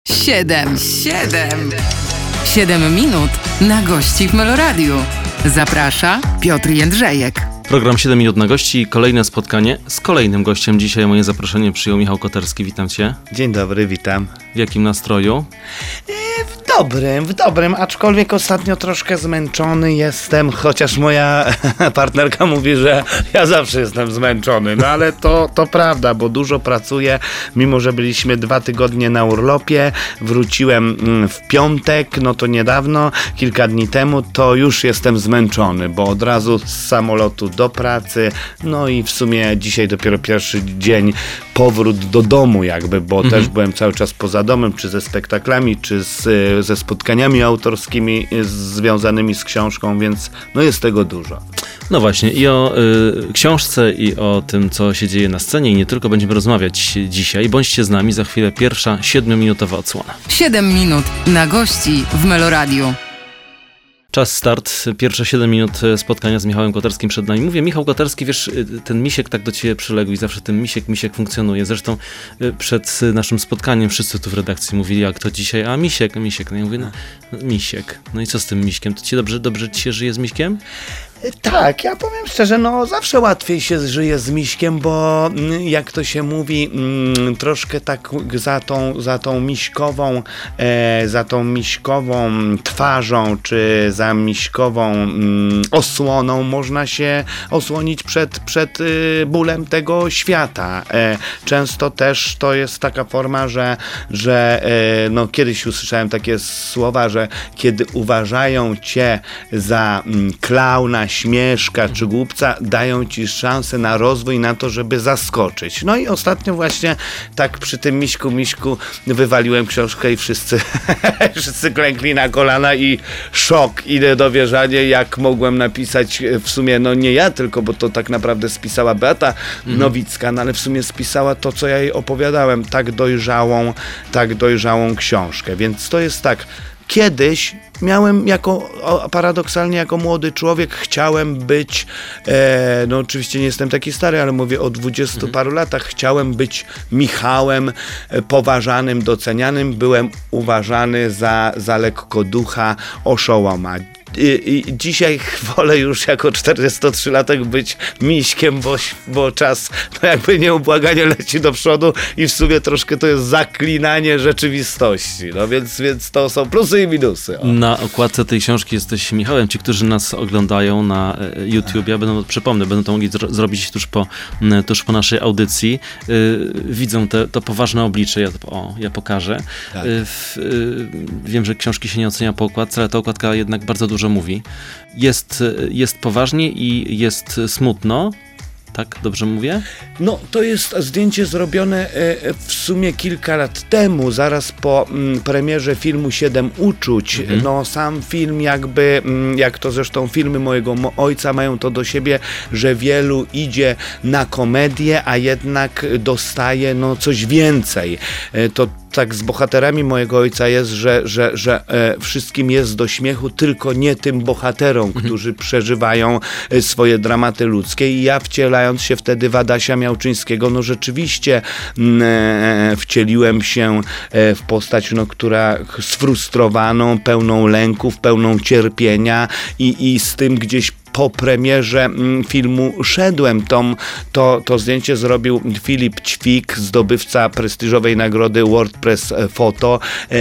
7 minut na gości w Meloradiu. Zaprasza Piotr Jędrzejek. Program 7 minut na gości, kolejne spotkanie z kolejnym gościem. Dzisiaj moje zaproszenie przyjął Michał Koterski. Witam Cię. Dzień dobry, witam. W jakim nastroju? W dobrym, aczkolwiek ostatnio troszkę zmęczony jestem, chociaż moja partnerka mówi, że ja zawsze jestem zmęczony, no ale to prawda, bo dużo pracuję, mimo że byliśmy 2 tygodnie na urlopie, wróciłem w piątek, no to niedawno, kilka dni temu, to już jestem zmęczony, bo od razu z samolotu do pracy, no i w sumie dzisiaj dopiero pierwszy dzień powrót do domu jakby, bo też byłem cały czas poza domem, czy ze spektaklami, czy ze spotkaniami autorskimi związanymi z książką, więc no jest tego dużo. No właśnie, i o książce, i o tym, co się dzieje na scenie, i nie tylko będziemy rozmawiać dzisiaj. Bądźcie z nami, za chwilę pierwsza 7-minutowa odsłona. 7 minut na gości w Meloradiu. Czas start, pierwsze 7 minut spotkania z Michałem Koterskim przed nami. Mówię, Michał Koterski, wiesz, ten Misiek tak do Ciebie przyległ i zawsze ten Misiek funkcjonuje. Zresztą przed naszym spotkaniem wszyscy tu w redakcji mówili, jak to dzisiaj, a Misiek. No ja mówię, no Misiek. No i co z tym Miśkiem? To Ci dobrze Ci się żyje z Miśkiem? Tak, ja powiem szczerze, no zawsze łatwiej się żyje z Miśkiem, bo jak to się mówi, troszkę tak za tą miśkową twarzą, czy za miśkową osłoną można się osłonić przed bólem tego świata. Często też to jest taka forma, że no kiedyś usłyszałem takie słowa, że kiedy uważają cię za klauna, śmieszka czy głupca, dają ci szansę na rozwój, na to, żeby zaskoczyć. No i ostatnio właśnie tak przy tym Miśku wywaliłem książkę i wszyscy klękli na kolana i szok i niedowierzanie, jak mogłem napisać w sumie, no nie ja tylko, bo to tak naprawdę spisała Beata Nowicka, no ale w sumie spisała to, co ja jej opowiadałem, tak dojrzałą książkę, więc to jest tak. Kiedyś miałem paradoksalnie jako młody człowiek chciałem być, no oczywiście nie jestem taki stary, ale mówię o 20 paru latach, chciałem być Michałem, poważanym, docenianym, byłem uważany za lekkoducha, oszołoma. I dzisiaj wolę już jako 43-latek być Miśkiem, bo czas no jakby nieubłaganie leci do przodu i w sumie troszkę to jest zaklinanie rzeczywistości. No więc to są plusy i minusy. O. Na okładce tej książki jesteś Michałem. Ci, którzy nas oglądają na YouTubie, będą to mogli zrobić tuż po naszej audycji. Widzą to poważne oblicze. Ja pokażę. Tak. Wiem, że książki się nie ocenia po okładce, ale ta okładka jednak bardzo dużo mówi. Jest poważnie i jest smutno. Tak? Dobrze mówię? No, to jest zdjęcie zrobione w sumie kilka lat temu, zaraz po premierze filmu 7 uczuć. No, sam film jakby, jak to zresztą filmy mojego ojca mają to do siebie, że wielu idzie na komedię, a jednak dostaje no coś więcej. To tak z bohaterami mojego ojca jest, że wszystkim jest do śmiechu, tylko nie tym bohaterom, którzy przeżywają swoje dramaty ludzkie i ja wcielając się wtedy w Adasia Miałczyńskiego, no rzeczywiście wcieliłem się w postać, no, która sfrustrowaną, pełną lęków, pełną cierpienia i z tym gdzieś po premierze filmu szedłem. To zdjęcie zrobił Filip Ćwik, zdobywca prestiżowej nagrody WordPress Photo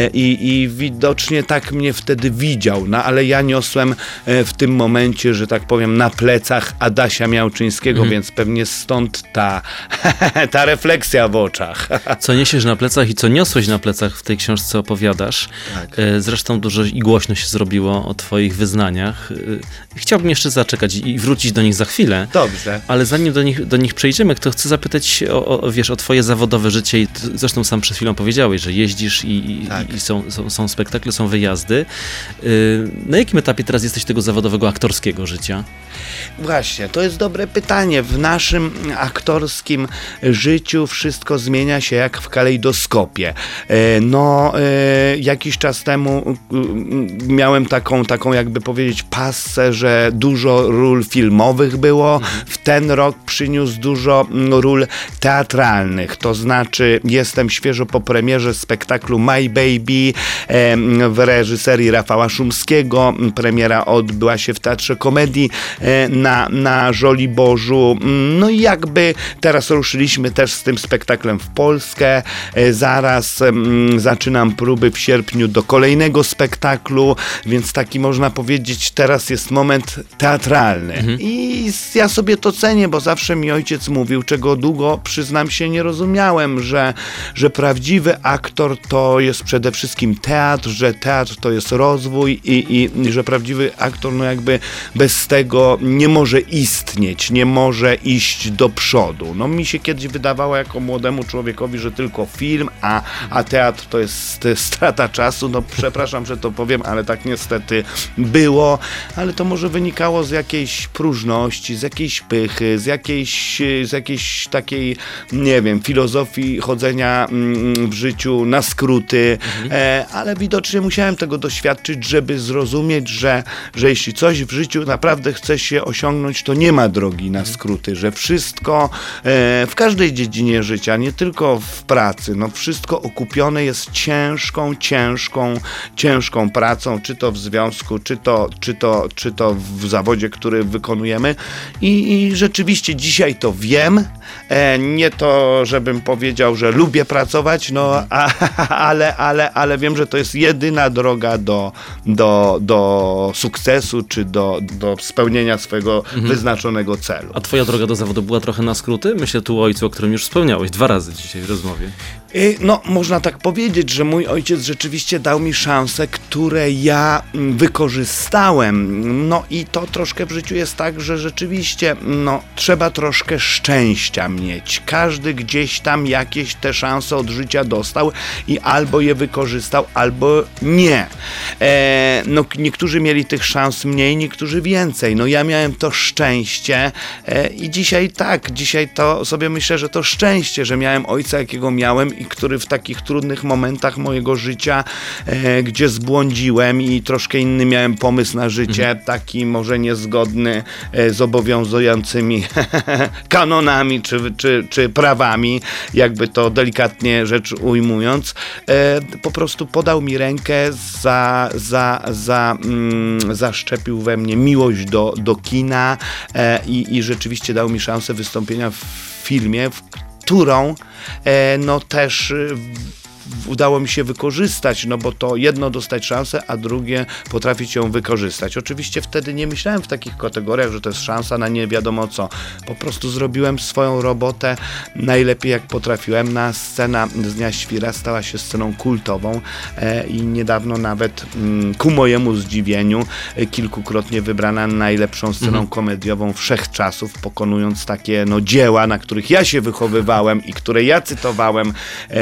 i widocznie tak mnie wtedy widział, no ale ja niosłem w tym momencie, że tak powiem, na plecach Adasia Miałczyńskiego, więc pewnie stąd ta refleksja w oczach. Co niesiesz na plecach i co niosłeś na plecach w tej książce opowiadasz. Tak. Zresztą dużo i głośno się zrobiło o twoich wyznaniach. Chciałbym jeszcze zaczekać i wrócić do nich za chwilę. Dobrze. Ale zanim do nich przejdziemy, to chcę zapytać o twoje zawodowe życie i zresztą sam przed chwilą powiedziałeś, że jeździsz i są spektakle, są wyjazdy. Na jakim etapie teraz jesteś tego zawodowego aktorskiego życia? Właśnie, to jest dobre pytanie. W naszym aktorskim życiu wszystko zmienia się jak w kalejdoskopie. Jakiś czas temu miałem taką jakby powiedzieć passę, że dużo dużo ról filmowych było. W ten rok przyniósł dużo ról teatralnych. To znaczy jestem świeżo po premierze spektaklu My Baby w reżyserii Rafała Szumskiego. Premiera odbyła się w Teatrze Komedii na Żoliborzu. No i jakby teraz ruszyliśmy też z tym spektaklem w Polskę. Zaraz zaczynam próby w sierpniu do kolejnego spektaklu, więc taki można powiedzieć, teraz jest moment teatralny. I ja sobie to cenię, bo zawsze mi ojciec mówił, czego długo, przyznam się, nie rozumiałem, że prawdziwy aktor to jest przede wszystkim teatr, że teatr to jest rozwój i że prawdziwy aktor, no jakby bez tego nie może istnieć, nie może iść do przodu. No mi się kiedyś wydawało jako młodemu człowiekowi, że tylko film, a teatr to jest strata czasu. No przepraszam, że to powiem, ale tak niestety było, ale to może wynikało z jakiejś próżności, z jakiejś pychy, z jakiejś takiej, nie wiem, filozofii chodzenia w życiu na skróty, ale widocznie musiałem tego doświadczyć, żeby zrozumieć, że jeśli coś w życiu naprawdę chce się osiągnąć, to nie ma drogi na skróty, że wszystko w każdej dziedzinie życia, nie tylko w pracy, no wszystko okupione jest ciężką pracą, czy to w związku, czy to w zawodzie, który wykonujemy i rzeczywiście dzisiaj to wiem, nie to, żebym powiedział, że lubię pracować, no ale wiem, że to jest jedyna droga do sukcesu, czy do spełnienia swojego wyznaczonego celu. A twoja droga do zawodu była trochę na skróty? Myślę tu o ojcu, o którym już wspomniałeś 2 razy dzisiaj w rozmowie. No, można tak powiedzieć, że mój ojciec rzeczywiście dał mi szanse, które ja wykorzystałem. No i to troszkę w życiu jest tak, że rzeczywiście, no, trzeba troszkę szczęścia mieć. Każdy gdzieś tam jakieś te szanse od życia dostał i albo je wykorzystał, albo nie. No, niektórzy mieli tych szans mniej, niektórzy więcej. No, ja miałem to szczęście i dzisiaj to sobie myślę, że to szczęście, że miałem ojca, jakiego miałem i który w takich trudnych momentach mojego życia, gdzie zbłądziłem i troszkę inny miałem pomysł na życie, taki może niezgodny z obowiązującymi kanonami czy prawami, jakby to delikatnie rzecz ujmując, po prostu podał mi rękę, zaszczepił we mnie miłość do kina i rzeczywiście dał mi szansę wystąpienia w filmie, w którą no też udało mi się wykorzystać, no bo to jedno dostać szansę, a drugie potrafić ją wykorzystać. Oczywiście wtedy nie myślałem w takich kategoriach, że to jest szansa na nie wiadomo co. Po prostu zrobiłem swoją robotę najlepiej jak potrafiłem. Scena z Dnia Świra stała się sceną kultową i niedawno nawet ku mojemu zdziwieniu kilkukrotnie wybrana najlepszą sceną komediową wszechczasów, pokonując takie dzieła, na których ja się wychowywałem i które ja cytowałem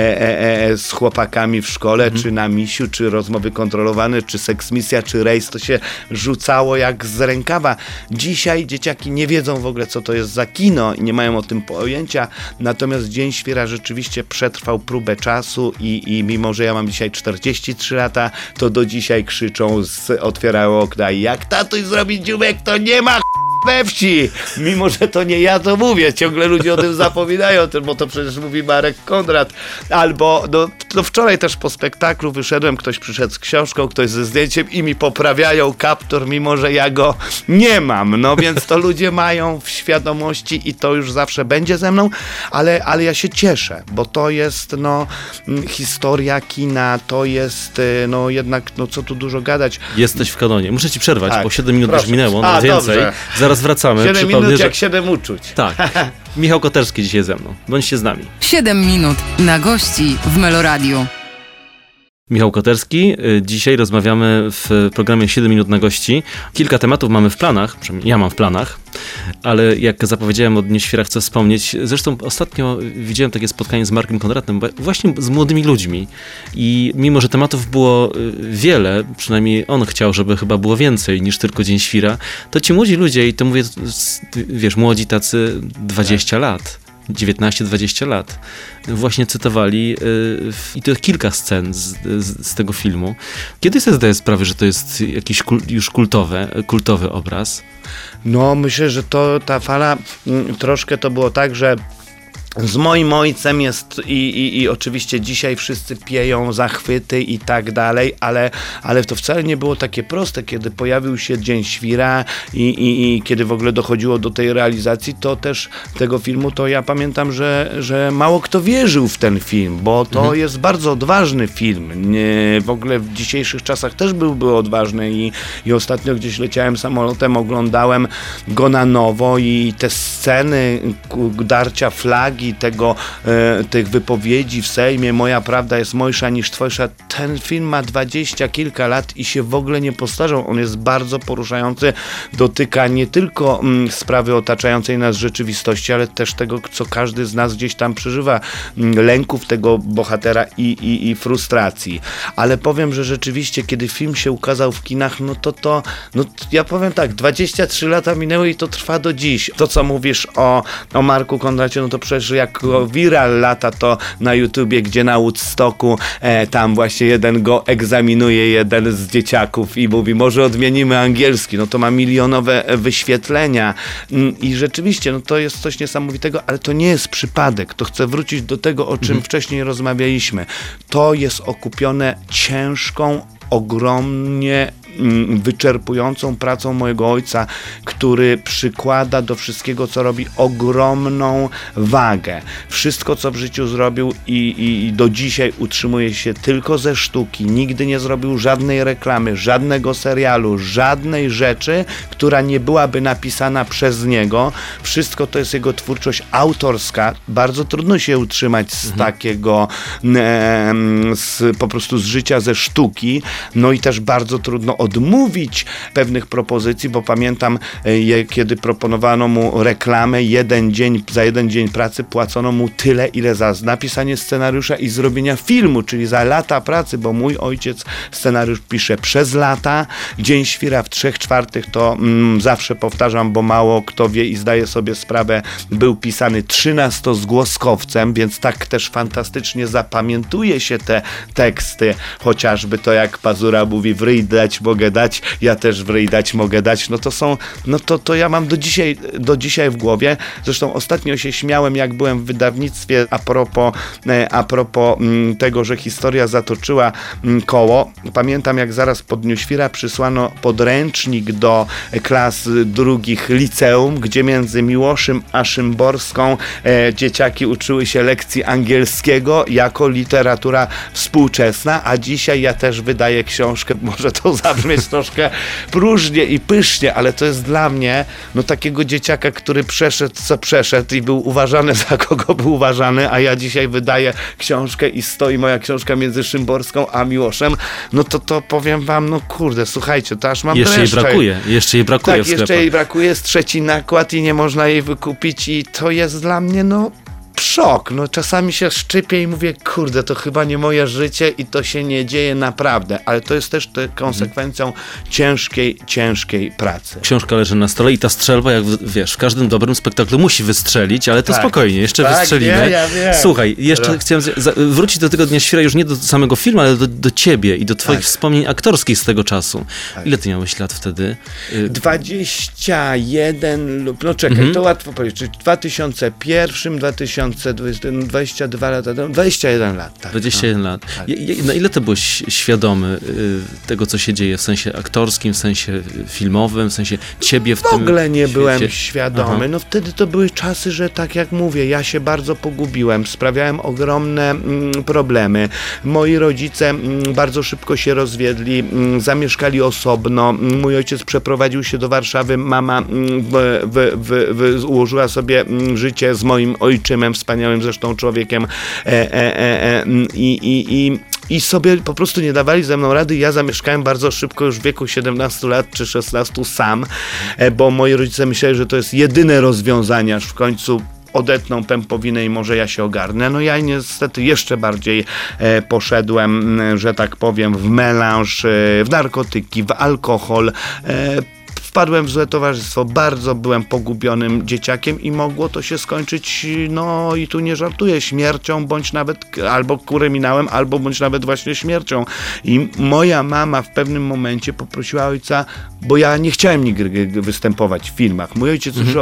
z chłopakami w szkole, czy na misiu, czy Rozmowy kontrolowane, czy Seksmisja, czy Rejs, to się rzucało jak z rękawa. Dzisiaj dzieciaki nie wiedzą w ogóle, co to jest za kino i nie mają o tym pojęcia, natomiast Dzień Świra rzeczywiście przetrwał próbę czasu i mimo, że ja mam dzisiaj 43 lata, to do dzisiaj krzyczą otwierają okna i jak tatuś zrobi dziubek, to nie ma we wsi, mimo że to nie ja to mówię, ciągle ludzie o tym zapominają, bo to przecież mówi Marek Konrad, albo no wczoraj też po spektaklu wyszedłem, ktoś przyszedł z książką, ktoś ze zdjęciem i mi poprawiają kaptur, mimo że ja go nie mam, no więc to ludzie mają w świadomości i to już zawsze będzie ze mną, ale ja się cieszę, bo to jest historia kina, to jest jednak, co tu dużo gadać. Jesteś w kanonie, muszę ci przerwać, tak, bo 7 minut proszę. już minęło, no więcej. Dobrze. Zaraz wracamy. 7 minut jak 7 uczuć. Tak. Michał Koterski dzisiaj ze mną. Bądźcie z nami. 7 minut na gości w Meloradiu. Michał Koterski. Dzisiaj rozmawiamy w programie 7 minut na gości. Kilka tematów mamy w planach, przynajmniej ja mam w planach, ale jak zapowiedziałem o Dniu Świra, chcę wspomnieć. Zresztą ostatnio widziałem takie spotkanie z Markiem Konradem, właśnie z młodymi ludźmi i mimo, że tematów było wiele, przynajmniej on chciał, żeby chyba było więcej niż tylko Dzień Świra, to ci młodzi ludzie, i to mówię, wiesz, młodzi tacy 20 lat, 19-20 lat, właśnie cytowali i to kilka scen z tego filmu. Kiedy sobie zdaję sprawę, że to jest jakiś już kultowy obraz? No myślę, że ta fala troszkę to było tak, że z moim ojcem jest i oczywiście dzisiaj wszyscy pieją zachwyty i tak dalej, ale to wcale nie było takie proste, kiedy pojawił się Dzień Świra i kiedy w ogóle dochodziło do tej realizacji, to też tego filmu, to ja pamiętam, że mało kto wierzył w ten film, bo to jest bardzo odważny film. W ogóle w dzisiejszych czasach też byłby odważny i ostatnio gdzieś leciałem samolotem, oglądałem go na nowo i te sceny darcia flagi, tych wypowiedzi w Sejmie, moja prawda jest mojsza niż twojsza. Ten film ma 20 kilka lat i się w ogóle nie postarzał. On jest bardzo poruszający, dotyka nie tylko sprawy otaczającej nas rzeczywistości, ale też tego, co każdy z nas gdzieś tam przeżywa, lęków tego bohatera i frustracji. Ale powiem, że rzeczywiście, kiedy film się ukazał w kinach, no ja powiem tak, 23 lata minęły i to trwa do dziś. To, co mówisz o Marku Kondracie, no to przecież jak viral lata to na YouTubie, gdzie na Woodstocku tam właśnie jeden go egzaminuje, jeden z dzieciaków i mówi, może odmienimy angielski, no to ma milionowe wyświetlenia i rzeczywiście, no to jest coś niesamowitego, ale to nie jest przypadek, to chcę wrócić do tego, o czym wcześniej rozmawialiśmy. To jest okupione ciężką, ogromnie wyczerpującą pracą mojego ojca, który przykłada do wszystkiego, co robi, ogromną wagę. Wszystko, co w życiu zrobił i do dzisiaj utrzymuje się tylko ze sztuki. Nigdy nie zrobił żadnej reklamy, żadnego serialu, żadnej rzeczy, która nie byłaby napisana przez niego. Wszystko to jest jego twórczość autorska. Bardzo trudno się utrzymać z takiego, po prostu z życia ze sztuki. No i też bardzo trudno odmówić pewnych propozycji, bo pamiętam, kiedy proponowano mu reklamę, za jeden dzień pracy płacono mu tyle, ile za napisanie scenariusza i zrobienia filmu, czyli za lata pracy, bo mój ojciec scenariusz pisze przez lata. Dzień Świra w 3/4 to zawsze powtarzam, bo mało kto wie i zdaje sobie sprawę, był pisany 13-zgłoskowcem, więc tak też fantastycznie zapamiętuje się te teksty, chociażby to, jak Pazura mówi, w ryj dać mogę dać, ja też w ryj dać mogę dać, to ja mam do dzisiaj w głowie. Zresztą ostatnio się śmiałem, jak byłem w wydawnictwie a propos tego, że historia zatoczyła koło. Pamiętam, jak zaraz po Dniu Świra przysłano podręcznik do klas drugich liceum, gdzie między Miłoszem a Szymborską dzieciaki uczyły się lekcji angielskiego jako literatura współczesna, a dzisiaj ja też wydaję książkę, może to zabrzmieć troszkę próżnie i pysznie, ale to jest dla mnie takiego dzieciaka, który przeszedł co przeszedł i był uważany za kogo był uważany, a ja dzisiaj wydaję książkę i stoi moja książka między Szymborską a Miłoszem, to powiem wam, kurde, słuchajcie, to aż mam Jeszcze jej brakuje tak, w sklepach. jeszcze jej brakuje, jest 3. nakład i nie można jej wykupić i to jest dla mnie, szok. Czasami się szczypię i mówię, kurde, to chyba nie moje życie i to się nie dzieje naprawdę, ale to jest też konsekwencją ciężkiej pracy. Książka leży na stole i ta strzelba, jak wiesz, w każdym dobrym spektaklu musi wystrzelić, ale to spokojnie, jeszcze wystrzelimy. Ja wiem. Słuchaj, jeszcze chciałem wrócić do tego Dnia Świra, już nie do samego filmu, ale do ciebie i do twoich wspomnień aktorskich z tego czasu. Ile ty miałeś lat wtedy? 21 lub, czekaj, to łatwo powiedzieć, czy w 2001, 22 lata, 21 lat. Tak, 21 lat. Tak. Na ile ty byłeś świadomy tego, co się dzieje w sensie aktorskim, w sensie filmowym, w sensie ciebie w tym W ogóle nie świecie? byłem świadomy. Aha. Wtedy to były czasy, że tak jak mówię, ja się bardzo pogubiłem, sprawiałem ogromne problemy. Moi rodzice bardzo szybko się rozwiedli, zamieszkali osobno. Mój ojciec przeprowadził się do Warszawy, mama ułożyła sobie życie z moim ojczymem, wspaniałym zresztą człowiekiem i sobie po prostu nie dawali ze mną rady. Ja zamieszkałem bardzo szybko, już w wieku 17 lat czy 16 sam, bo moi rodzice myśleli, że to jest jedyne rozwiązanie, aż w końcu odetną pępowinę i może ja się ogarnę. Ja niestety jeszcze bardziej poszedłem, że tak powiem, w melanż, w narkotyki, w alkohol, wpadłem w złe towarzystwo, bardzo byłem pogubionym dzieciakiem i mogło to się skończyć, no i tu nie żartuję, śmiercią, bądź nawet albo kryminałem, albo bądź nawet właśnie śmiercią. I moja mama w pewnym momencie poprosiła ojca, bo ja nie chciałem nigdy występować w filmach. Mój ojciec już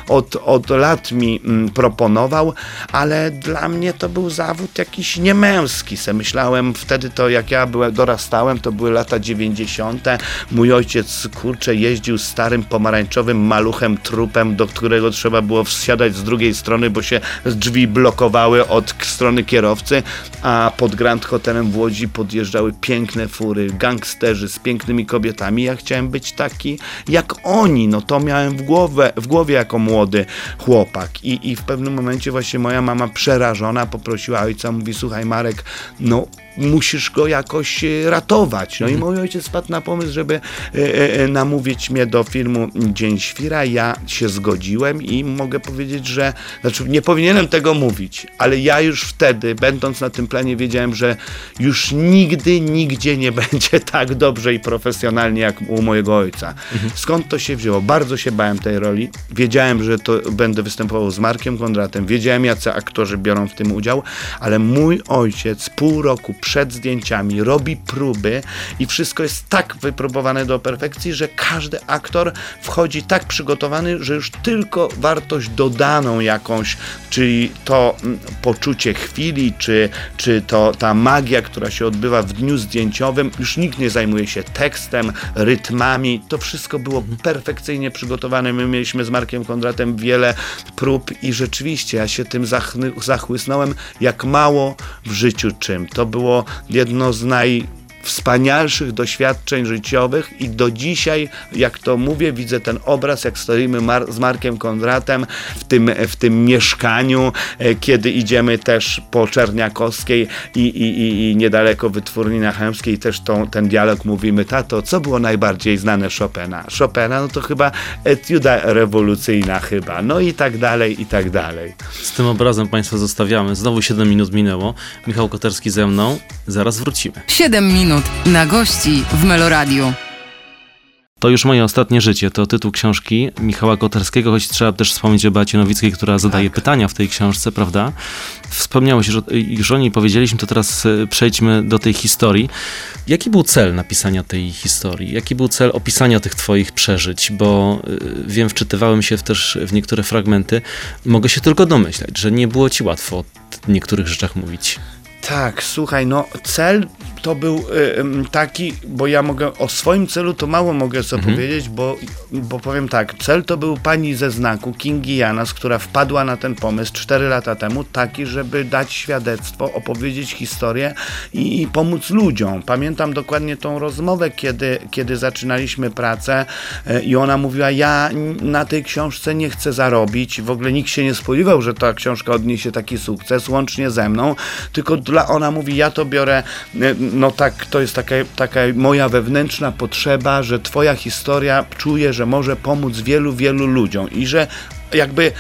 od lat mi proponował, ale dla mnie to był zawód jakiś niemęski. Myślałem wtedy, to jak ja dorastałem, to były lata 90. Mój ojciec, kurczę, jeździł starym pomarańczowym maluchem trupem, do którego trzeba było wsiadać z drugiej strony, bo się drzwi blokowały od strony kierowcy, a pod Grand Hotelem w Łodzi podjeżdżały piękne fury, gangsterzy z pięknymi kobietami. Ja chciałem być taki jak oni, no to miałem w głowie jako młody chłopak i w pewnym momencie właśnie moja mama przerażona poprosiła ojca, mówi: słuchaj Marek, no musisz go jakoś ratować. No i mój ojciec wpadł na pomysł, żeby namówić mnie do filmu Dzień Świra. Ja się zgodziłem i mogę powiedzieć, że nie powinienem tego mówić, ale ja już wtedy, będąc na tym planie, wiedziałem, że już nigdy, nigdzie nie będzie tak dobrze i profesjonalnie jak u mojego ojca. Skąd to się wzięło? Bardzo się bałem tej roli. Wiedziałem, że to będę występował z Markiem Kondratem. Wiedziałem, jacy aktorzy biorą w tym udział, ale mój ojciec pół roku przed zdjęciami robi próby i wszystko jest tak wypróbowane do perfekcji, że każdy aktor wchodzi tak przygotowany, że już tylko wartość dodaną jakąś, czyli to poczucie chwili, czy to ta magia, która się odbywa w dniu zdjęciowym, już nikt nie zajmuje się tekstem, rytmami, to wszystko było perfekcyjnie przygotowane. My mieliśmy z Markiem Kondratem wiele prób i rzeczywiście ja się tym zachłysnąłem jak mało w życiu czym. To było jedno z najwspanialszych doświadczeń życiowych i do dzisiaj, jak to mówię, widzę ten obraz, jak stoimy z Markiem Kondratem w tym mieszkaniu, kiedy idziemy też po Czerniakowskiej i niedaleko Wytwórni na Chełmskiej też ten dialog mówimy: tato, co było najbardziej znane Chopina? Chopina, no to chyba etiuda rewolucyjna chyba, no i tak dalej, i tak dalej. Z tym obrazem Państwa zostawiamy. Znowu 7 minut minęło. Michał Koterski ze mną. Zaraz wrócimy. 7 minut na gości w Meloradiu. To już moje ostatnie życie. To tytuł książki Michała Koterskiego, choć trzeba też wspomnieć o Beacie Nowickiej, która zadaje pytania w tej książce, prawda? Wspomniałeś już o niej, powiedzieliśmy, to teraz przejdźmy do tej historii. Jaki był cel napisania tej historii? Jaki był cel opisania tych twoich przeżyć? Bo wiem, wczytywałem się też w niektóre fragmenty. Mogę się tylko domyślać, że nie było ci łatwo o niektórych rzeczach mówić. Tak, słuchaj, no cel to był taki, bo ja mogę o swoim celu to mało mogę sobie powiedzieć, bo powiem tak, cel to był pani ze Znaku, Kingi Janas, która wpadła na ten pomysł 4 lata temu, taki, żeby dać świadectwo, opowiedzieć historię i pomóc ludziom. Pamiętam dokładnie tą rozmowę, kiedy zaczynaliśmy pracę i ona mówiła: ja na tej książce nie chcę zarobić, w ogóle nikt się nie spodziewał, że ta książka odniesie taki sukces, łącznie ze mną, tylko ona mówi: ja to biorę, no tak, to jest taka moja wewnętrzna potrzeba, że twoja historia czuję, że może pomóc wielu, wielu ludziom i że jakby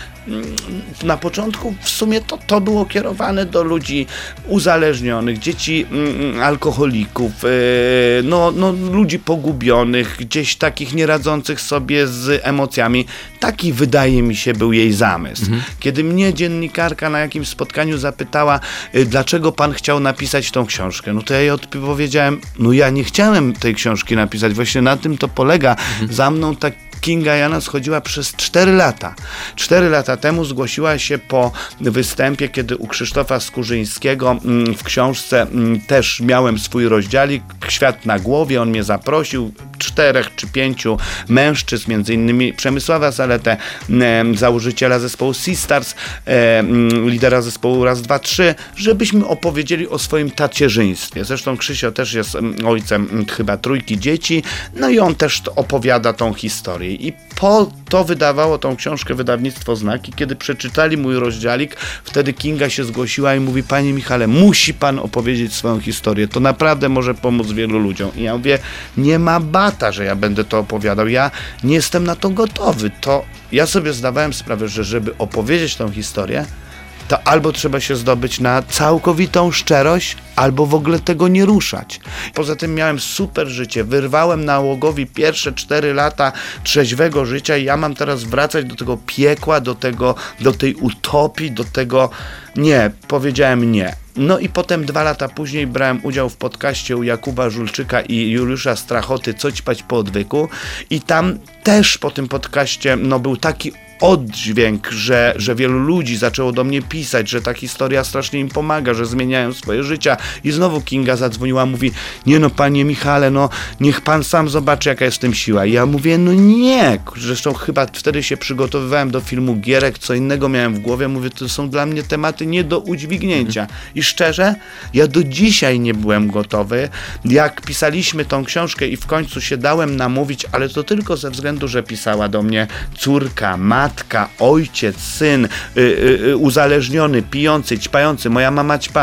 na początku w sumie to było kierowane do ludzi uzależnionych, dzieci alkoholików, ludzi pogubionych, gdzieś takich nieradzących sobie z emocjami. Taki, wydaje mi się, był jej zamysł. Kiedy mnie dziennikarka na jakimś spotkaniu zapytała: dlaczego pan chciał napisać tą książkę? No to ja jej odpowiedziałem: no ja nie chciałem tej książki napisać, właśnie na tym to polega. Za mną tak Kinga Janas chodziła przez 4 lata. 4 lata temu zgłosiła się po występie, kiedy u Krzysztofa Skurzyńskiego w książce też miałem swój rozdziałik, Świat na głowie. On mnie zaprosił, 4 czy 5 mężczyzn, między innymi Przemysława Saletę, założyciela zespołu Sistars, lidera zespołu Raz, Dwa, Trzy, żebyśmy opowiedzieli o swoim tacierzyństwie. Zresztą Krzysio też jest ojcem chyba 3 dzieci, no i on też opowiada tą historię. I po to wydawało tą książkę wydawnictwo Znak i kiedy przeczytali mój rozdziałik, wtedy Kinga się zgłosiła i mówi: panie Michale, musi pan opowiedzieć swoją historię, to naprawdę może pomóc wielu ludziom. I ja mówię: nie ma bata, że ja będę to opowiadał, ja nie jestem na to gotowy. To ja sobie zdawałem sprawę, że żeby opowiedzieć tą historię, to albo trzeba się zdobyć na całkowitą szczerość, albo w ogóle tego nie ruszać. Poza tym miałem super życie, wyrwałem nałogowi pierwsze 4 lata trzeźwego życia i ja mam teraz wracać do tego piekła, do tej utopii, do tego... Nie, powiedziałem nie. No i potem 2 lata później brałem udział w podcaście u Jakuba Żulczyka i Juliusza Strachoty Co ćpać po odwyku i tam też po tym podcaście był taki oddźwięk, że wielu ludzi zaczęło do mnie pisać, że ta historia strasznie im pomaga, że zmieniają swoje życia i znowu Kinga zadzwoniła, mówi, nie no panie Michale, no niech pan sam zobaczy jaka jest w tym siła. I ja mówię, no nie, zresztą chyba wtedy się przygotowywałem do filmu Gierek, co innego miałem w głowie, mówię, to są dla mnie tematy nie do udźwignięcia. I szczerze, ja do dzisiaj nie byłem gotowy. Jak pisaliśmy tą książkę i w końcu się dałem namówić, ale to tylko ze względu, że pisała do mnie córka, matka, ojciec, syn, uzależniony, pijący, ćpający, moja mama ćpa,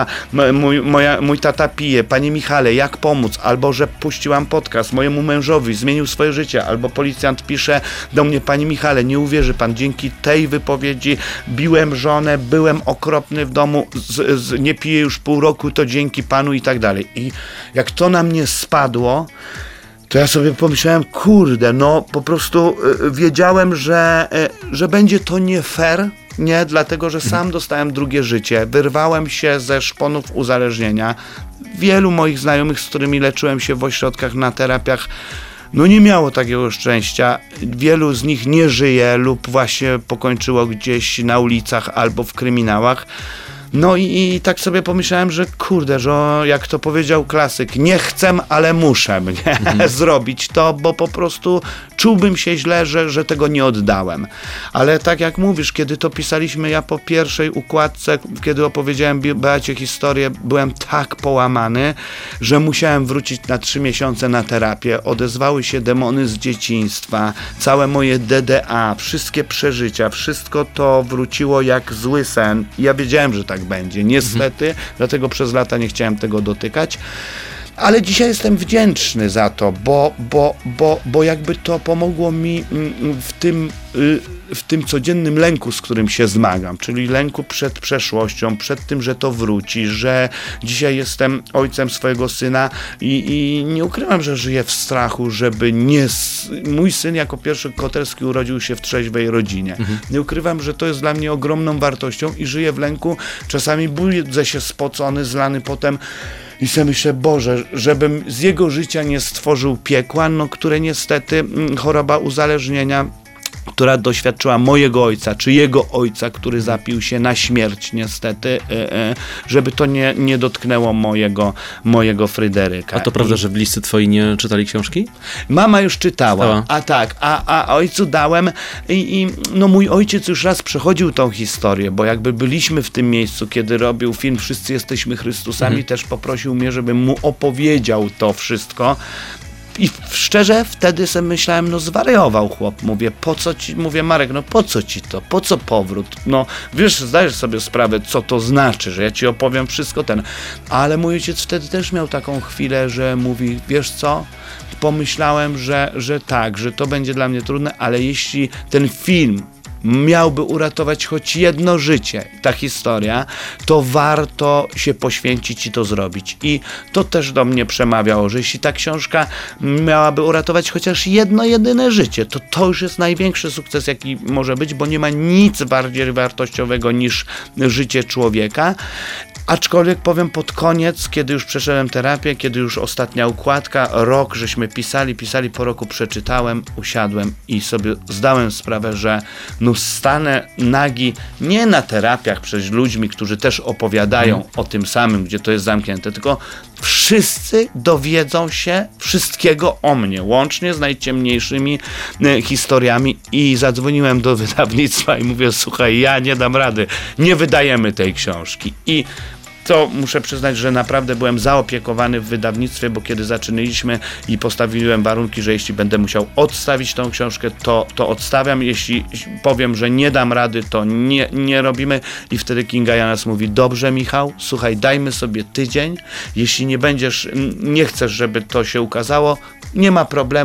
mój tata pije, panie Michale, jak pomóc? Albo, że puściłam podcast mojemu mężowi, zmienił swoje życie, albo policjant pisze do mnie, panie Michale, nie uwierzy pan, dzięki tej wypowiedzi biłem żonę, byłem okropny w domu, nie piję już pół roku, to dzięki panu i tak dalej. I jak to na mnie spadło, to ja sobie pomyślałem, kurde, no po prostu wiedziałem, że będzie to nie fair, nie, dlatego, że sam dostałem drugie życie, wyrwałem się ze szponów uzależnienia. Wielu moich znajomych, z którymi leczyłem się w ośrodkach, na terapiach, no nie miało takiego szczęścia. Wielu z nich nie żyje lub właśnie pokończyło gdzieś na ulicach albo w kryminałach. No i tak sobie pomyślałem, że kurde, że jak to powiedział klasyk, nie chcę, ale muszę zrobić to, bo po prostu czułbym się źle, że tego nie oddałem. Ale tak jak mówisz, kiedy to pisaliśmy, ja po pierwszej układce, kiedy opowiedziałem Beacie historię, byłem tak połamany, że musiałem wrócić na 3 miesiące na terapię. Odezwały się demony z dzieciństwa, całe moje DDA, wszystkie przeżycia, wszystko to wróciło jak zły sen. I ja wiedziałem, że tak będzie. Niestety, dlatego przez lata nie chciałem tego dotykać. Ale dzisiaj jestem wdzięczny za to, bo jakby to pomogło mi w tym codziennym lęku, z którym się zmagam, czyli lęku przed przeszłością, przed tym, że to wróci, że dzisiaj jestem ojcem swojego syna i nie ukrywam, że żyję w strachu, żeby nie... Mój syn jako pierwszy Koterski urodził się w trzeźwej rodzinie. Nie ukrywam, że to jest dla mnie ogromną wartością i żyję w lęku. Czasami budzę się spocony, zlany potem i sobie myślę, Boże, żebym z jego życia nie stworzył piekła, które niestety choroba uzależnienia, która doświadczyła mojego ojca, czy jego ojca, który zapił się na śmierć niestety, żeby to nie dotknęło mojego Fryderyka. A to prawda, że bliscy twoi nie czytali książki? Mama już czytała, a ojcu dałem i mój ojciec już raz przechodził tą historię, bo jakby byliśmy w tym miejscu, kiedy robił film Wszyscy jesteśmy Chrystusami, też poprosił mnie, żebym mu opowiedział to wszystko. I szczerze wtedy sobie myślałem, zwariował chłop, mówię, po co ci, Marek, po co ci to, po co powrót, wiesz, zdajesz sobie sprawę, co to znaczy, że ja ci opowiem wszystko ale mój ojciec wtedy też miał taką chwilę, że mówi, wiesz co, pomyślałem, że tak, że to będzie dla mnie trudne, ale jeśli ten film miałby uratować choć jedno życie, ta historia, to warto się poświęcić i to zrobić. I to też do mnie przemawiało, że jeśli ta książka miałaby uratować chociaż jedno jedyne życie, to już jest największy sukces, jaki może być, bo nie ma nic bardziej wartościowego niż życie człowieka. Aczkolwiek powiem pod koniec, kiedy już przeszedłem terapię, kiedy już ostatnia układka, rok żeśmy pisali, po roku przeczytałem, usiadłem i sobie zdałem sprawę, że stanę nagi nie na terapiach przed ludźmi, którzy też opowiadają o tym samym, gdzie to jest zamknięte, tylko wszyscy dowiedzą się wszystkiego o mnie, łącznie z najciemniejszymi historiami i zadzwoniłem do wydawnictwa i mówię, słuchaj, ja nie dam rady, nie wydajemy tej książki. I to muszę przyznać, że naprawdę byłem zaopiekowany w wydawnictwie, bo kiedy zaczynaliśmy i postawiłem warunki, że jeśli będę musiał odstawić tą książkę, to odstawiam. Jeśli powiem, że nie dam rady, to nie robimy. I wtedy Kinga Janas mówi, dobrze Michał, słuchaj, dajmy sobie tydzień. Jeśli nie chcesz, żeby to się ukazało, nie ma problemu,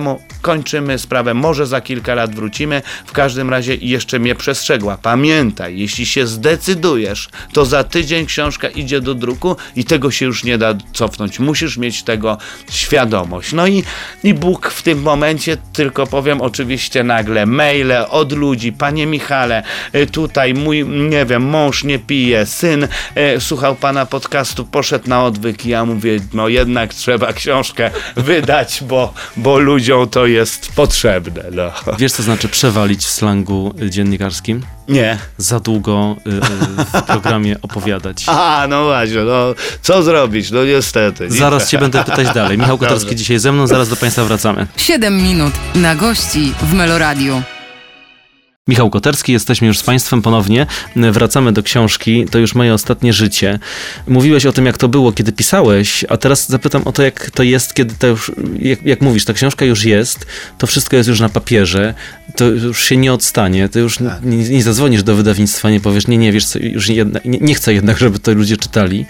kończymy sprawę, może za kilka lat wrócimy. W każdym razie jeszcze mnie przestrzegła. Pamiętaj, jeśli się zdecydujesz, to za tydzień książka idzie do druku i tego się już nie da cofnąć. Musisz mieć tego świadomość. No i Bóg w tym momencie, tylko powiem, oczywiście nagle maile od ludzi, panie Michale, tutaj mój, nie wiem, mąż nie pije, syn słuchał pana podcastu, poszedł na odwyk i ja mówię, no jednak trzeba książkę wydać, bo ludziom to jest potrzebne. No. Wiesz, co znaczy przewalić w slangu dziennikarskim? Nie. Za długo w programie opowiadać. No właśnie, no co zrobić? No niestety. Zaraz cię będę pytać dalej. Michał Kotarski dzisiaj ze mną, zaraz do państwa wracamy. 7 minut na gości w Meloradiu. Michał Koterski, jesteśmy już z państwem ponownie. Wracamy do książki To już moje ostatnie życie. Mówiłeś o tym, jak to było, kiedy pisałeś, a teraz zapytam o to, jak to jest, kiedy to już, jak mówisz, ta książka już jest, to wszystko jest już na papierze, to już się nie odstanie, to już nie zadzwonisz do wydawnictwa, nie powiesz, nie, wiesz co, już nie chcę jednak, żeby to ludzie czytali.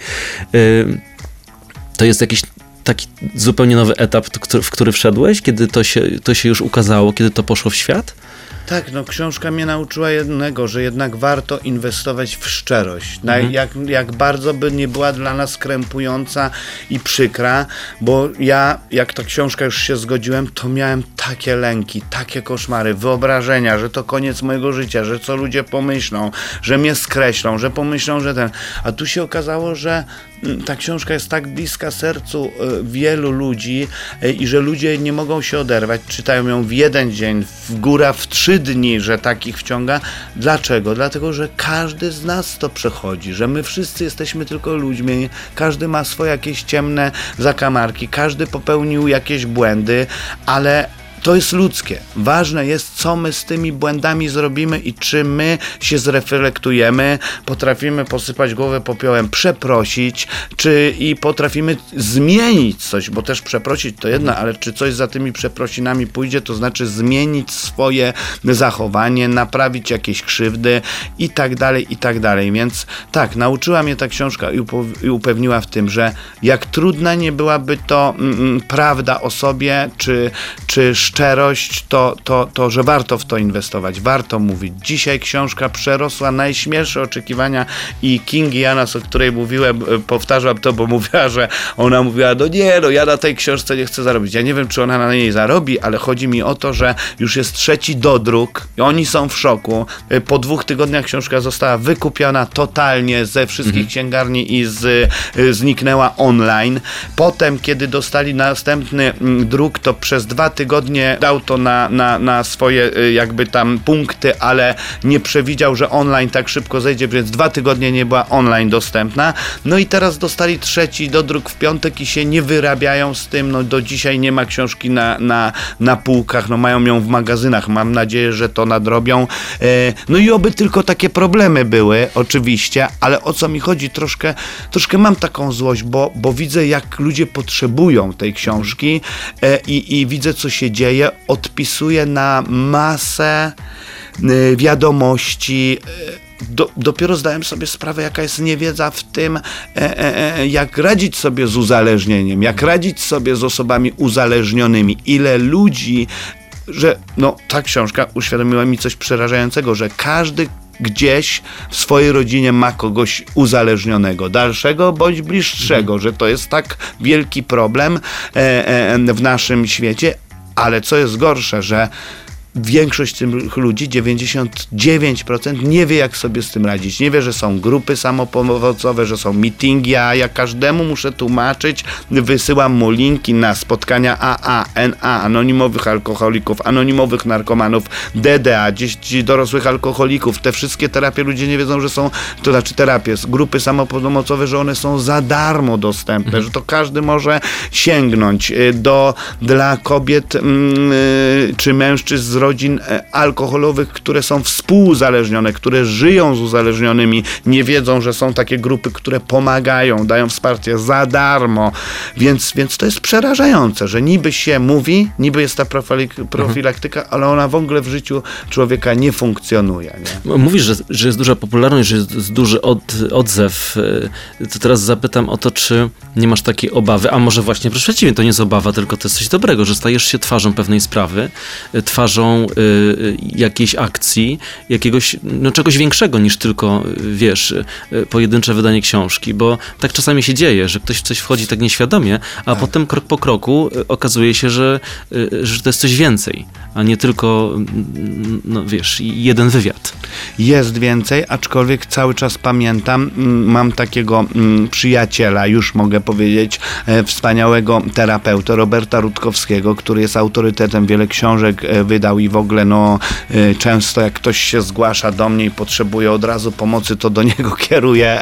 To jest jakiś taki zupełnie nowy etap, w który wszedłeś, kiedy to się już ukazało, kiedy to poszło w świat? Tak, no książka mnie nauczyła jednego, że jednak warto inwestować w szczerość. Jak bardzo by nie była dla nas krępująca i przykra, bo ja, jak ta książka już się zgodziłem, to miałem takie lęki, takie koszmary, wyobrażenia, że to koniec mojego życia, że co ludzie pomyślą, że mnie skreślą, że pomyślą, że ten... A tu się okazało, że ta książka jest tak bliska sercu wielu ludzi i że ludzie nie mogą się oderwać, czytają ją w jeden dzień, w góra w 3 dni, że takich wciąga. Dlaczego? Dlatego, że każdy z nas to przechodzi, że my wszyscy jesteśmy tylko ludźmi, każdy ma swoje jakieś ciemne zakamarki, każdy popełnił jakieś błędy, ale to jest ludzkie. Ważne jest, co my z tymi błędami zrobimy i czy my się zreflektujemy, potrafimy posypać głowę popiołem, przeprosić, i potrafimy zmienić coś, bo też przeprosić to jedno, ale czy coś za tymi przeprosinami pójdzie, to znaczy zmienić swoje zachowanie, naprawić jakieś krzywdy i tak dalej. Więc tak, nauczyła mnie ta książka i upewniła w tym, że jak trudna nie byłaby to prawda o sobie, czy szczerość, to, że warto w to inwestować, warto mówić. Dzisiaj książka przerosła najśmielsze oczekiwania i Kingi Janas, o której mówiłem, powtarzam to, bo mówiła, że ona mówiła, ja na tej książce nie chcę zarobić. Ja nie wiem, czy ona na niej zarobi, ale chodzi mi o to, że już jest 3. dodruk i oni są w szoku. Po 2 tygodniach książka została wykupiona totalnie ze wszystkich księgarni i zniknęła online. Potem, kiedy dostali następny druk, to przez 2 tygodnie dał to na swoje jakby tam punkty, ale nie przewidział, że online tak szybko zejdzie, więc 2 tygodnie nie była online dostępna. No i teraz dostali 3. dodruk w piątek i się nie wyrabiają z tym. No do dzisiaj nie ma książki na półkach, no mają ją w magazynach. Mam nadzieję, że to nadrobią. No i oby tylko takie problemy były, oczywiście, ale o co mi chodzi? Troszkę mam taką złość, bo widzę, jak ludzie potrzebują tej książki i widzę, co się dzieje. Odpisuję na masę wiadomości. Dopiero zdałem sobie sprawę, jaka jest niewiedza w tym, jak radzić sobie z uzależnieniem, jak radzić sobie z osobami uzależnionymi. Ile ludzi, że ta książka uświadomiła mi coś przerażającego, że każdy gdzieś w swojej rodzinie ma kogoś uzależnionego, dalszego bądź bliższego, że to jest tak wielki problem w naszym świecie. Ale co jest gorsze, że większość tych ludzi, 99%, nie wie, jak sobie z tym radzić. Nie wie, że są grupy samopomocowe, że są meetingi, a ja każdemu muszę tłumaczyć, wysyłam mu linki na spotkania AA, NA, anonimowych alkoholików, anonimowych narkomanów, DDA, dzieci dorosłych alkoholików. Te wszystkie terapie ludzie nie wiedzą, że są, to znaczy terapie, grupy samopomocowe, że one są za darmo dostępne, że to każdy może sięgnąć. Dla kobiet czy mężczyzn z rodzin alkoholowych, które są współuzależnione, które żyją z uzależnionymi, nie wiedzą, że są takie grupy, które pomagają, dają wsparcie za darmo, więc to jest przerażające, że niby się mówi, niby jest ta profilaktyka, ale ona w ogóle w życiu człowieka nie funkcjonuje. Nie? Mówisz, że jest duża popularność, że jest duży odzew. To teraz zapytam o to, czy nie masz takiej obawy, a może właśnie przeciwnie, to nie jest obawa, tylko to jest coś dobrego, że stajesz się twarzą pewnej sprawy, twarzą jakiejś akcji, jakiegoś, czegoś większego niż tylko, wiesz, pojedyncze wydanie książki, bo tak czasami się dzieje, że ktoś w coś wchodzi tak nieświadomie, a potem krok po kroku okazuje się, że to jest coś więcej, a nie tylko, wiesz, jeden wywiad. Jest więcej, aczkolwiek cały czas pamiętam, mam takiego przyjaciela, już mogę powiedzieć, wspaniałego terapeutę Roberta Rutkowskiego, który jest autorytetem, wiele książek wydał i w ogóle często jak ktoś się zgłasza do mnie i potrzebuje od razu pomocy, to do niego kieruję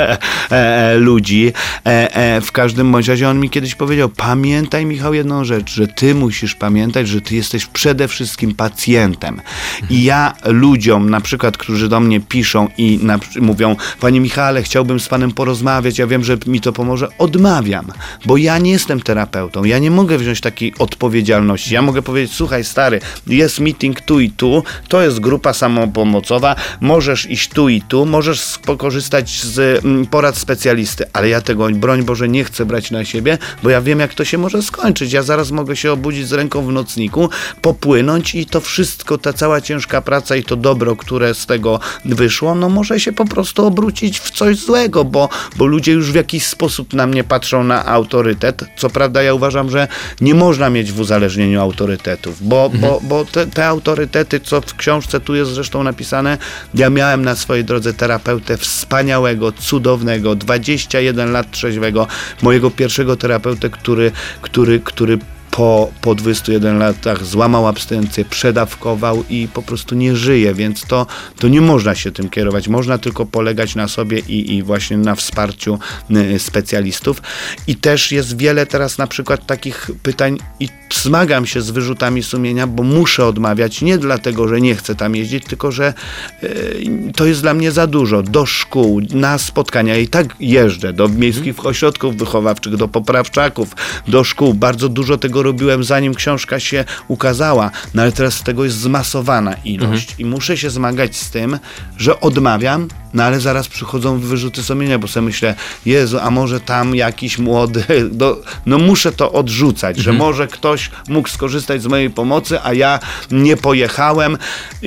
ludzi. W każdym bądź razie on mi kiedyś powiedział: pamiętaj, Michał, jedną rzecz, że ty musisz pamiętać, że ty jesteś przede wszystkim pacjentem. I ja ludziom, na przykład, którzy do mnie piszą i mówią: panie Michale, chciałbym z panem porozmawiać, ja wiem, że mi to pomoże, odmawiam, bo ja nie jestem terapeutą, ja nie mogę wziąć takiej odpowiedzialności. Ja mogę powiedzieć: słuchaj stary, jest meeting tu i tu, to jest grupa samopomocowa, możesz iść tu i tu, możesz korzystać z porad specjalisty, ale ja tego, broń Boże, nie chcę brać na siebie, bo ja wiem, jak to się może skończyć. Ja zaraz mogę się obudzić z ręką w nocniku, popłynąć i to wszystko, ta cała ciężka praca i to dobro, które z tego wyszło, może się po prostu obrócić w coś złego, bo ludzie już w jakiś sposób na mnie patrzą na autorytet. Co prawda ja uważam, że nie można mieć w uzależnieniu autorytetów, bo te autorytety, co w książce tu jest zresztą napisane, ja miałem na swojej drodze terapeutę wspaniałego, cudownego, 21 lat trzeźwego, mojego pierwszego terapeutę, który po 21 latach złamał abstynencję, przedawkował i po prostu nie żyje, więc to nie można się tym kierować. Można tylko polegać na sobie i właśnie na wsparciu specjalistów. I też jest wiele teraz na przykład takich pytań i zmagam się z wyrzutami sumienia, bo muszę odmawiać, nie dlatego, że nie chcę tam jeździć, tylko że to jest dla mnie za dużo. Do szkół, na spotkania i tak jeżdżę, do miejskich ośrodków wychowawczych, do poprawczaków, do szkół. Bardzo dużo tego robiłem, zanim książka się ukazała, ale teraz z tego jest zmasowana ilość i muszę się zmagać z tym, że odmawiam, ale zaraz przychodzą wyrzuty sumienia, bo sobie myślę: Jezu, a może tam jakiś młody, muszę to odrzucać, że może ktoś mógł skorzystać z mojej pomocy, a ja nie pojechałem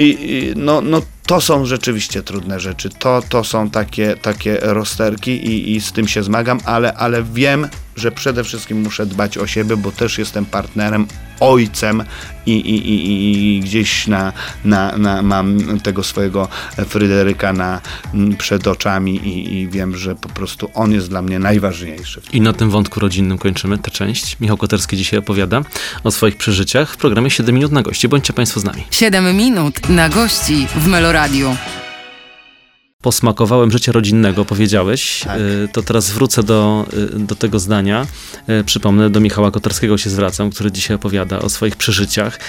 to są rzeczywiście trudne rzeczy. To są takie rozterki i z tym się zmagam, ale wiem, że przede wszystkim muszę dbać o siebie, bo też jestem partnerem, ojcem i gdzieś mam tego swojego Fryderyka przed oczami i wiem, że po prostu on jest dla mnie najważniejszy. I na tym wątku rodzinnym kończymy tę część. Michał Koterski dzisiaj opowiada o swoich przeżyciach w programie 7 minut na gości. Bądźcie Państwo z nami. 7 minut na gości w Meloradiu. Posmakowałem życia rodzinnego, powiedziałeś. Tak. To teraz wrócę do tego zdania. Przypomnę, do Michała Koterskiego się zwracam, który dzisiaj opowiada o swoich przeżyciach.